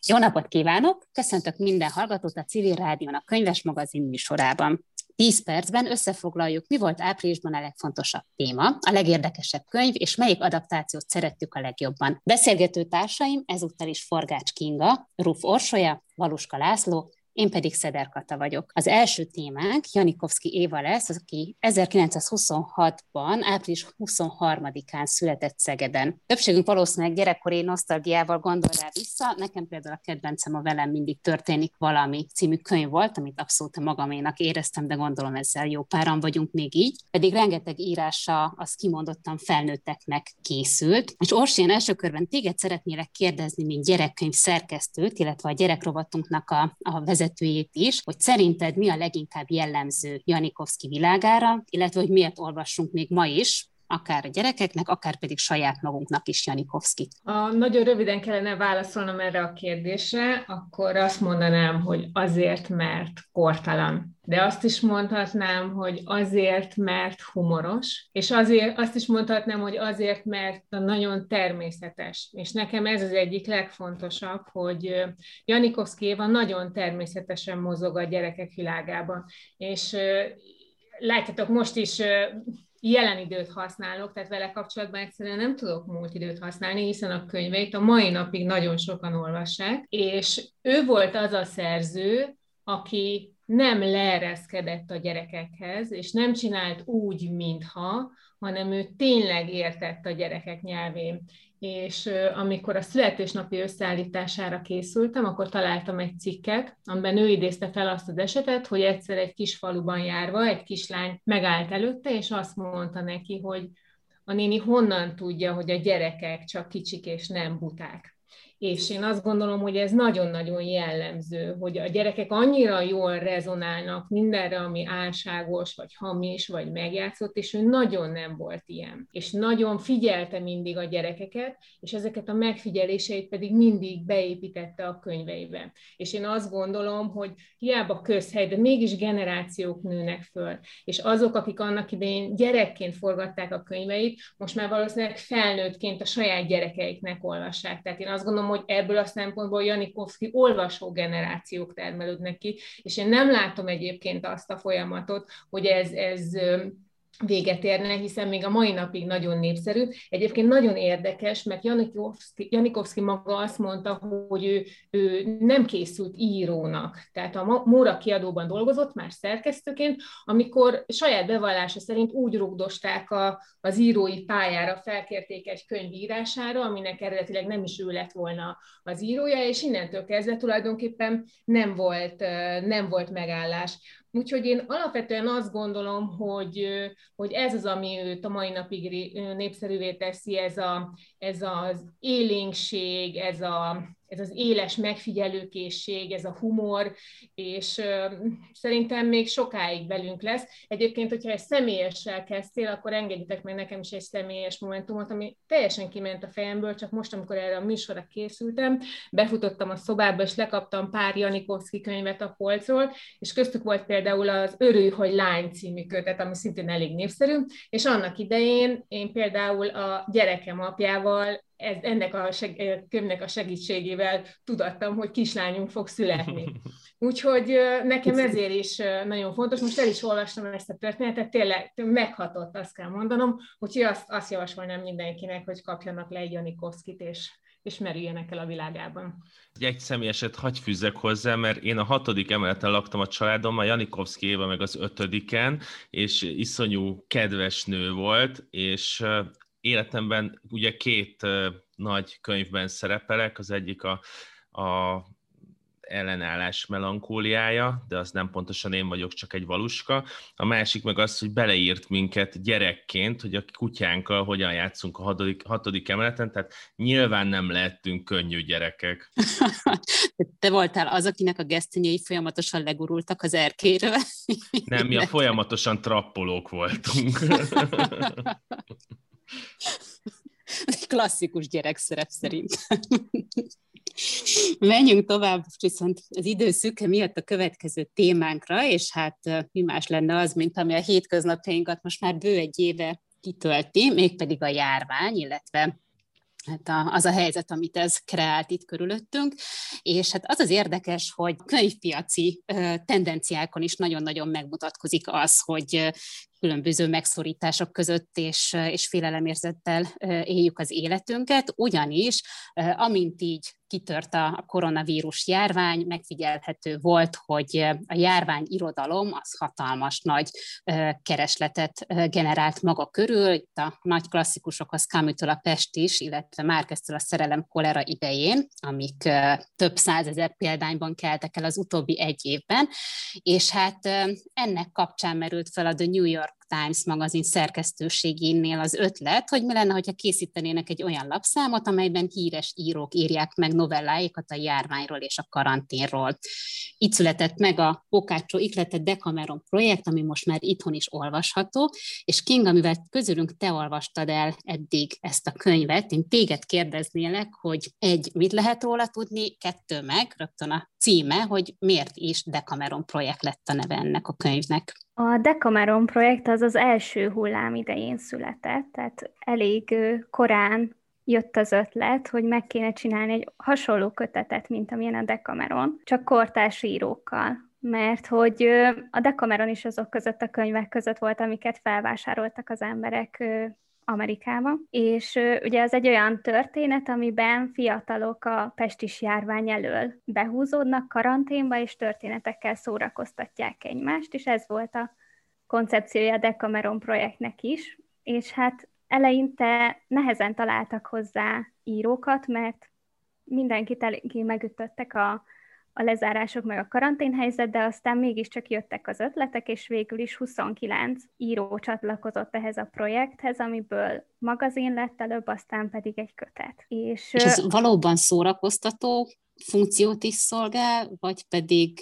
Jó napot kívánok! Köszöntök minden hallgatót a Civil Rádiónak könyves magazin műsorában. 10 percben összefoglaljuk, mi volt áprilisban a legfontosabb téma, a legérdekesebb könyv, és melyik adaptációt szerettük a legjobban. Beszélgető társaim ezúttal is Forgács Kinga, Ruf Orsolya, Valuska László, én pedig Szeder Kata vagyok. Az első témánk Janikovszky Éva lesz, aki 1926-ban, április 23-án született Szegeden. Többségünk valószínűleg gyerekkori nosztalgiával gondol rá vissza, nekem például a kedvencem a Velem mindig történik valami című könyv volt, amit abszolút magaménak éreztem, de gondolom ezzel jó páran vagyunk még így. Pedig rengeteg írása az kimondottan felnőtteknek készült. És Orsi, én első körben téged szeretnélek kérdezni, mint gyerekkönyv szerkesztőt, illetve a gyerekrovatunknak a vezetőjét is, hogy szerinted mi a leginkább jellemző Janikovszky világára, illetve hogy miért olvassunk még ma is, akár a gyerekeknek, akár pedig saját magunknak is Janikovszkyt. Nagyon röviden kellene válaszolnom erre a kérdésre, akkor azt mondanám, hogy azért, mert kortalan. De azt is mondhatnám, hogy azért, mert humoros, és azt is mondhatnám, hogy azért, mert nagyon természetes. És nekem ez az egyik legfontosabb, hogy Janikovszky Éva nagyon természetesen mozog a gyerekek világában. És látjátok, most is jelen időt használok, tehát vele kapcsolatban egyszerűen nem tudok múlt időt használni, hiszen a könyveit a mai napig nagyon sokan olvassák, és ő volt az a szerző, aki nem leereszkedett a gyerekekhez, és nem csinált úgy, mintha, hanem ő tényleg értett a gyerekek nyelvén. És amikor a születésnapi összeállítására készültem, akkor találtam egy cikket, amiben ő idézte fel azt az esetet, hogy egyszer egy kis faluban járva egy kislány megállt előtte, és azt mondta neki, hogy a néni honnan tudja, hogy a gyerekek csak kicsik és nem buták. És én azt gondolom, hogy ez nagyon-nagyon jellemző, hogy a gyerekek annyira jól rezonálnak mindenre, ami álságos, vagy hamis, vagy megjátszott, és ő nagyon nem volt ilyen. És nagyon figyelte mindig a gyerekeket, és ezeket a megfigyeléseit pedig mindig beépítette a könyveibe. És én azt gondolom, hogy hiába közhely, de mégis generációk nőnek föl. És azok, akik annak idején gyerekként forgatták a könyveit, most már valószínűleg felnőttként a saját gyerekeiknek olvassák. Tehát én azt gondolom, hogy ebből a szempontból Janikovszky olvasó generációk termelődnek ki, és én nem látom egyébként azt a folyamatot, hogy ez véget érne, hiszen még a mai napig nagyon népszerű. Egyébként nagyon érdekes, mert Janikovszky maga azt mondta, hogy ő nem készült írónak. Tehát a Móra kiadóban dolgozott már szerkesztőként, amikor saját bevallása szerint úgy rugdosták az írói pályára, felkérték egy könyv írására, aminek eredetileg nem is ő lett volna az írója, és innentől kezdve tulajdonképpen nem volt megállás. Úgyhogy én alapvetően azt gondolom, hogy ez az, ami őt a mai napig népszerűvé teszi, ez az élénkség, ez az éles megfigyelőkészség, ez a humor, és szerintem még sokáig velünk lesz. Egyébként, hogyha egy személyessel kezdtél, akkor engedjétek meg nekem is egy személyes momentumot, ami teljesen kiment a fejemből, csak most, amikor erre a műsorra készültem, befutottam a szobába, és lekaptam pár Janikovszky könyvet a polcról, és köztük volt például az Örülj, hogy lány című kötet, ami szintén elég népszerű, és annak idején én például a gyerekem apjával ennek a könyvnek a segítségével tudattam, hogy kislányunk fog születni. Úgyhogy nekem ezért is nagyon fontos. Most el is olvastam ezt a történetet, tényleg meghatott, azt kell mondanom, úgyhogy azt javasolnám mindenkinek, hogy kapjanak le egy Janikovszkyt, és merüljenek el a világában. Egy személyeset hagy fűzzek hozzá, mert én a 6. emeleten laktam a családommal, Janikovszky Éva meg az 5-en, és iszonyú kedves nő volt, és életemben ugye 2 nagy könyvben szerepelek, az egyik a ellenállás melankóliája, de az nem pontosan én vagyok, csak egy Valuska. A másik meg az, hogy beleírt minket gyerekként, hogy a kutyánkkal hogyan játszunk a 6. emeleten, tehát nyilván nem lehettünk könnyű gyerekek. Te voltál az, akinek a gesztenyei folyamatosan legurultak az erkéről? Nem, mi folyamatosan trappolók voltunk. Egy klasszikus gyerekszerep szerint. Menjünk tovább, viszont az idő szűke miatt a következő témánkra, és hát mi más lenne az, mint ami a hétköznapjainkat most már bő egy éve kitölti, mégpedig a járvány, illetve hát az a helyzet, amit ez kreált itt körülöttünk, és hát az az érdekes, hogy könyvpiaci tendenciákon is nagyon-nagyon megmutatkozik az, hogy különböző megszorítások között és félelemérzettel éljük az életünket, ugyanis amint így kitört a koronavírus járvány, megfigyelhető volt, hogy a járványirodalom az hatalmas nagy keresletet generált maga körül. Itt a nagy klasszikusokhoz Camus-től a Pest is, illetve Márqueztől a Szerelem kolera idején, amik több százezer példányban keltek el az utóbbi egy évben, és hát ennek kapcsán merült fel a The New York Times magazin szerkesztőségénél az ötlet, hogy mi lenne, hogyha készítenének egy olyan lapszámot, amelyben híres írók írják meg novelláikat a járványról és a karanténról. Itt született meg a Boccaccio ihlete Decameron projekt, ami most már itthon is olvasható, és Kinga, mivel közülünk te olvastad el eddig ezt a könyvet, én téged kérdeznélek, hogy mit lehet róla tudni, 2 meg, rögtön a címe, hogy miért is Decameron projekt lett a neve ennek a könyvnek. A Decameron projekt az első hullám idején született, tehát elég korán jött az ötlet, hogy meg kéne csinálni egy hasonló kötetet, mint amilyen a Decameron, csak kortárs írókkal. Mert hogy a Decameron is azok között a könyvek között volt, amiket felvásároltak az emberek Amerikába, és ugye ez egy olyan történet, amiben fiatalok a pestis járvány elől behúzódnak karanténba, és történetekkel szórakoztatják egymást, és ez volt a koncepciója a Decameron projektnek is, és hát eleinte nehezen találtak hozzá írókat, mert mindenkit eléggé megütöttek a lezárások meg a karanténhelyzet, de aztán mégiscsak jöttek az ötletek, és végül is 29 író csatlakozott ehhez a projekthez, amiből magazin lett előbb, aztán pedig egy kötet. És ez valóban szórakoztató funkciót is szolgál, vagy pedig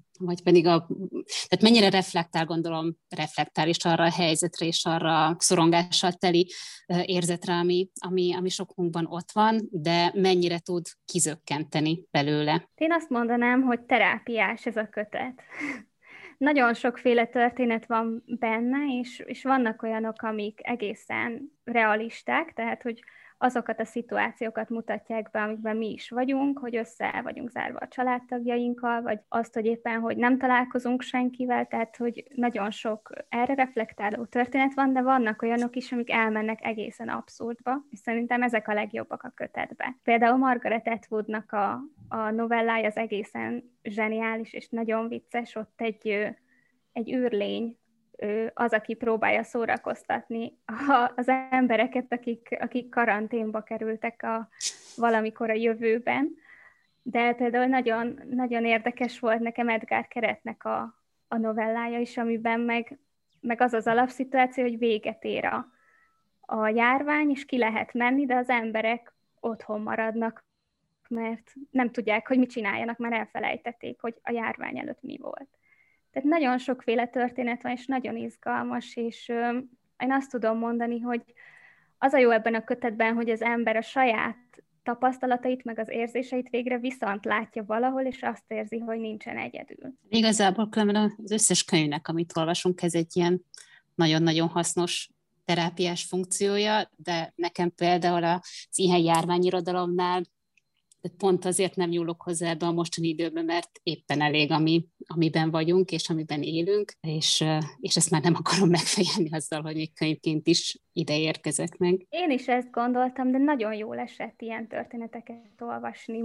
tehát mennyire reflektál is arra a helyzetre és arra a szorongással teli érzetre, ami sokunkban ott van, de mennyire tud kizökkenteni belőle. Én azt mondanám, hogy terápiás ez a kötet. Nagyon sokféle történet van benne, és vannak olyanok, amik egészen realisták, tehát hogy azokat a szituációkat mutatják be, amikben mi is vagyunk, hogy össze vagyunk zárva a családtagjainkkal, vagy azt, hogy éppen, hogy nem találkozunk senkivel, tehát, hogy nagyon sok erre reflektáló történet van, de vannak olyanok is, amik elmennek egészen abszurdba, és szerintem ezek a legjobbak a kötetbe. Például Margaret Atwoodnak a novellája az egészen zseniális, és nagyon vicces, ott egy űrlény, az, aki próbálja szórakoztatni az embereket, akik karanténba kerültek valamikor a jövőben. De például nagyon, nagyon érdekes volt nekem Edgar Keretnek a novellája is, amiben meg az alapszituáció, hogy véget ér a járvány, és ki lehet menni, de az emberek otthon maradnak, mert nem tudják, hogy mit csináljanak, már elfelejtették, hogy a járvány előtt mi volt. Tehát nagyon sokféle történet van, és nagyon izgalmas, és én azt tudom mondani, hogy az a jó ebben a kötetben, hogy az ember a saját tapasztalatait, meg az érzéseit végre viszont látja valahol, és azt érzi, hogy nincsen egyedül. Igazából különben az összes könyvnek, amit olvasunk, ez egy ilyen nagyon-nagyon hasznos terápiás funkciója, de nekem például az ilyen járványirodalomnál de pont azért nem nyúlok hozzá ebbe a mostani időben, mert éppen elég, amiben vagyunk, és amiben élünk, és ezt már nem akarom megfejelni azzal, hogy még könyvként is ide érkezek meg. Én is ezt gondoltam, de nagyon jól esett ilyen történeteket olvasni,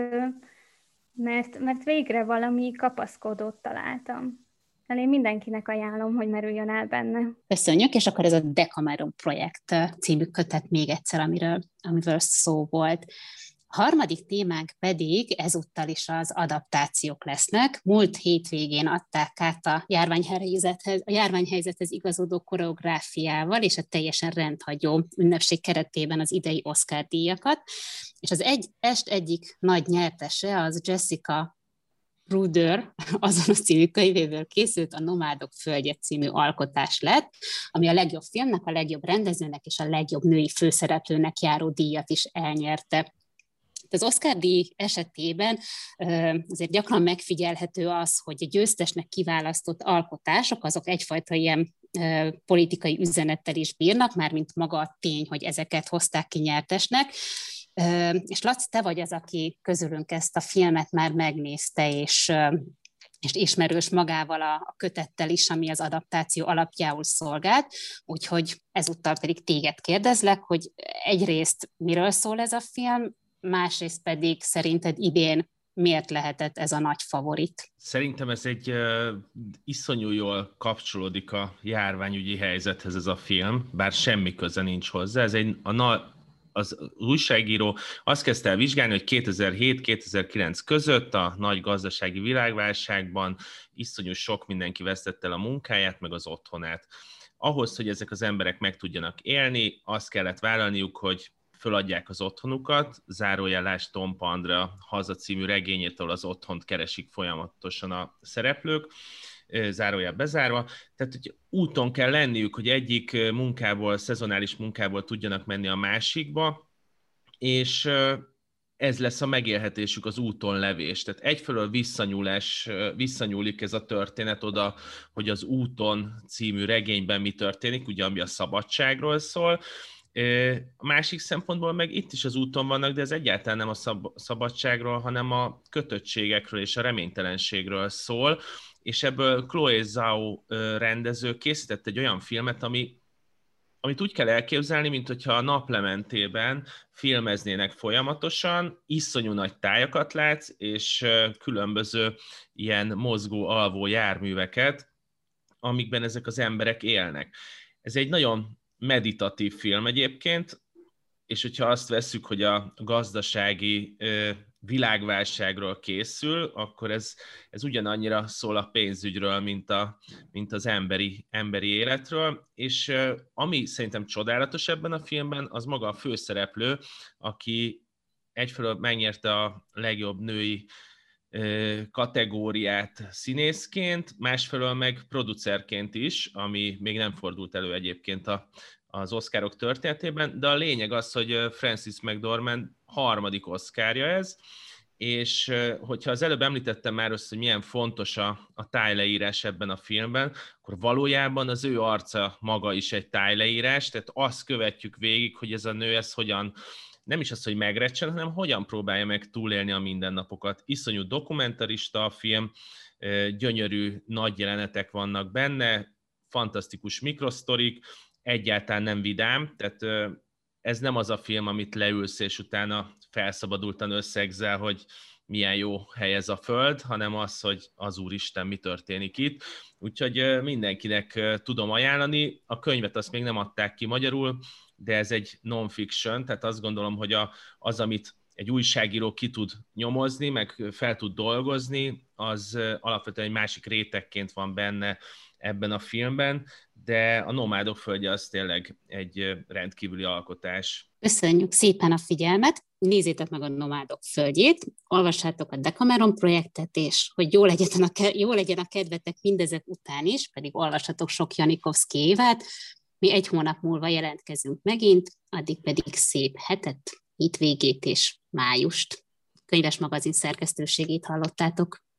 mert végre valami kapaszkodót találtam. Én mindenkinek ajánlom, hogy merüljön el benne. Köszönjük, és akkor ez a Decameron projekt című kötet még egyszer, amiről szó volt. A harmadik témánk pedig ezúttal is az adaptációk lesznek. Múlt hétvégén adták át a járványhelyzethez igazodó koreográfiával és a teljesen rendhagyó ünnepség keretében az idei Oscar-díjakat. És az est egyik nagy nyertese az Jessica Bruder azonos című könyvéből készült a Nomádok földje című alkotás lett, ami a legjobb filmnek, a legjobb rendezőnek és a legjobb női főszereplőnek járó díjat is elnyerte. Az Oscar-díj esetében azért gyakran megfigyelhető az, hogy a győztesnek kiválasztott alkotások, azok egyfajta ilyen politikai üzenettel is bírnak, mármint maga a tény, hogy ezeket hozták ki nyertesnek. És Laci, te vagy az, aki közülünk ezt a filmet már megnézte, és ismerős magával a kötettel is, ami az adaptáció alapjául szolgált, úgyhogy ezúttal pedig téged kérdezlek, hogy egyrészt miről szól ez a film, másrészt pedig szerinted idén miért lehetett ez a nagy favorit? Szerintem ez egy iszonyú jól kapcsolódik a járványügyi helyzethez ez a film, bár semmi köze nincs hozzá. Az újságíró azt kezdte el vizsgálni, hogy 2007-2009 között a nagy gazdasági világválságban iszonyú sok mindenki vesztette el a munkáját, meg az otthonát. Ahhoz, hogy ezek az emberek meg tudjanak élni, azt kellett vállalniuk, hogy föladják az otthonukat, zárójelás Tompa Andrea Haza című regényétől az otthont keresik folyamatosan a szereplők, zárójel bezárva, tehát hogy úton kell lenniük, hogy egyik munkából, szezonális munkából tudjanak menni a másikba, és ez lesz a megélhetésük, az úton levés. Tehát egyfelől visszanyúlik ez a történet oda, hogy az Úton című regényben mi történik, ugye ami a szabadságról szól. A másik szempontból meg itt is az úton vannak, de ez egyáltalán nem a szabadságról, hanem a kötöttségekről és a reménytelenségről szól, és ebből Chloé Zhao rendező készített egy olyan filmet, amit úgy kell elképzelni, mint hogyha a naplementében filmeznének folyamatosan, iszonyú nagy tájakat látsz, és különböző ilyen mozgó, alvó járműveket, amikben ezek az emberek élnek. Ez egy nagyon meditatív film egyébként, és hogyha azt vesszük, hogy a gazdasági világválságról készül, akkor ez ugyanannyira szól a pénzügyről, mint az emberi életről, és ami szerintem csodálatos ebben a filmben, az maga a főszereplő, aki egyfelől megnyerte a legjobb női kategóriát színészként, másfelől meg producerként is, ami még nem fordult elő egyébként az Oscarok történetében, de a lényeg az, hogy Frances McDormand harmadik Oscarja ez, és hogyha az előbb említettem már össze, hogy milyen fontos a tájleírás ebben a filmben, akkor valójában az ő arca maga is egy tájleírás, tehát azt követjük végig, hogy ez a nő ez hogyan, nem is az, hogy megrecsen, hanem hogyan próbálja meg túlélni a mindennapokat. Iszonyú dokumentarista a film, gyönyörű nagy jelenetek vannak benne, fantasztikus mikrosztorik, egyáltalán nem vidám, tehát ez nem az a film, amit leülsz, és utána felszabadultan összegzel, hogy milyen jó hely ez a föld, hanem az, hogy az Úristen, mi történik itt. Úgyhogy mindenkinek tudom ajánlani. A könyvet azt még nem adták ki magyarul, de ez egy non-fiction, tehát azt gondolom, hogy az, amit egy újságíró ki tud nyomozni, meg fel tud dolgozni, az alapvetően egy másik rétegként van benne ebben a filmben, de a Nomádok földje az tényleg egy rendkívüli alkotás. Köszönjük szépen a figyelmet, nézzétek meg a Nomádok földjét, olvassátok a Decameron projektet, és hogy jó legyen a kedvetek mindezek után is, pedig olvassatok sok Janikovszky évát. Mi 1 hónap múlva jelentkezünk megint, addig pedig szép hetet, hétvégét és májust. Könyves magazin szerkesztőségét hallottátok.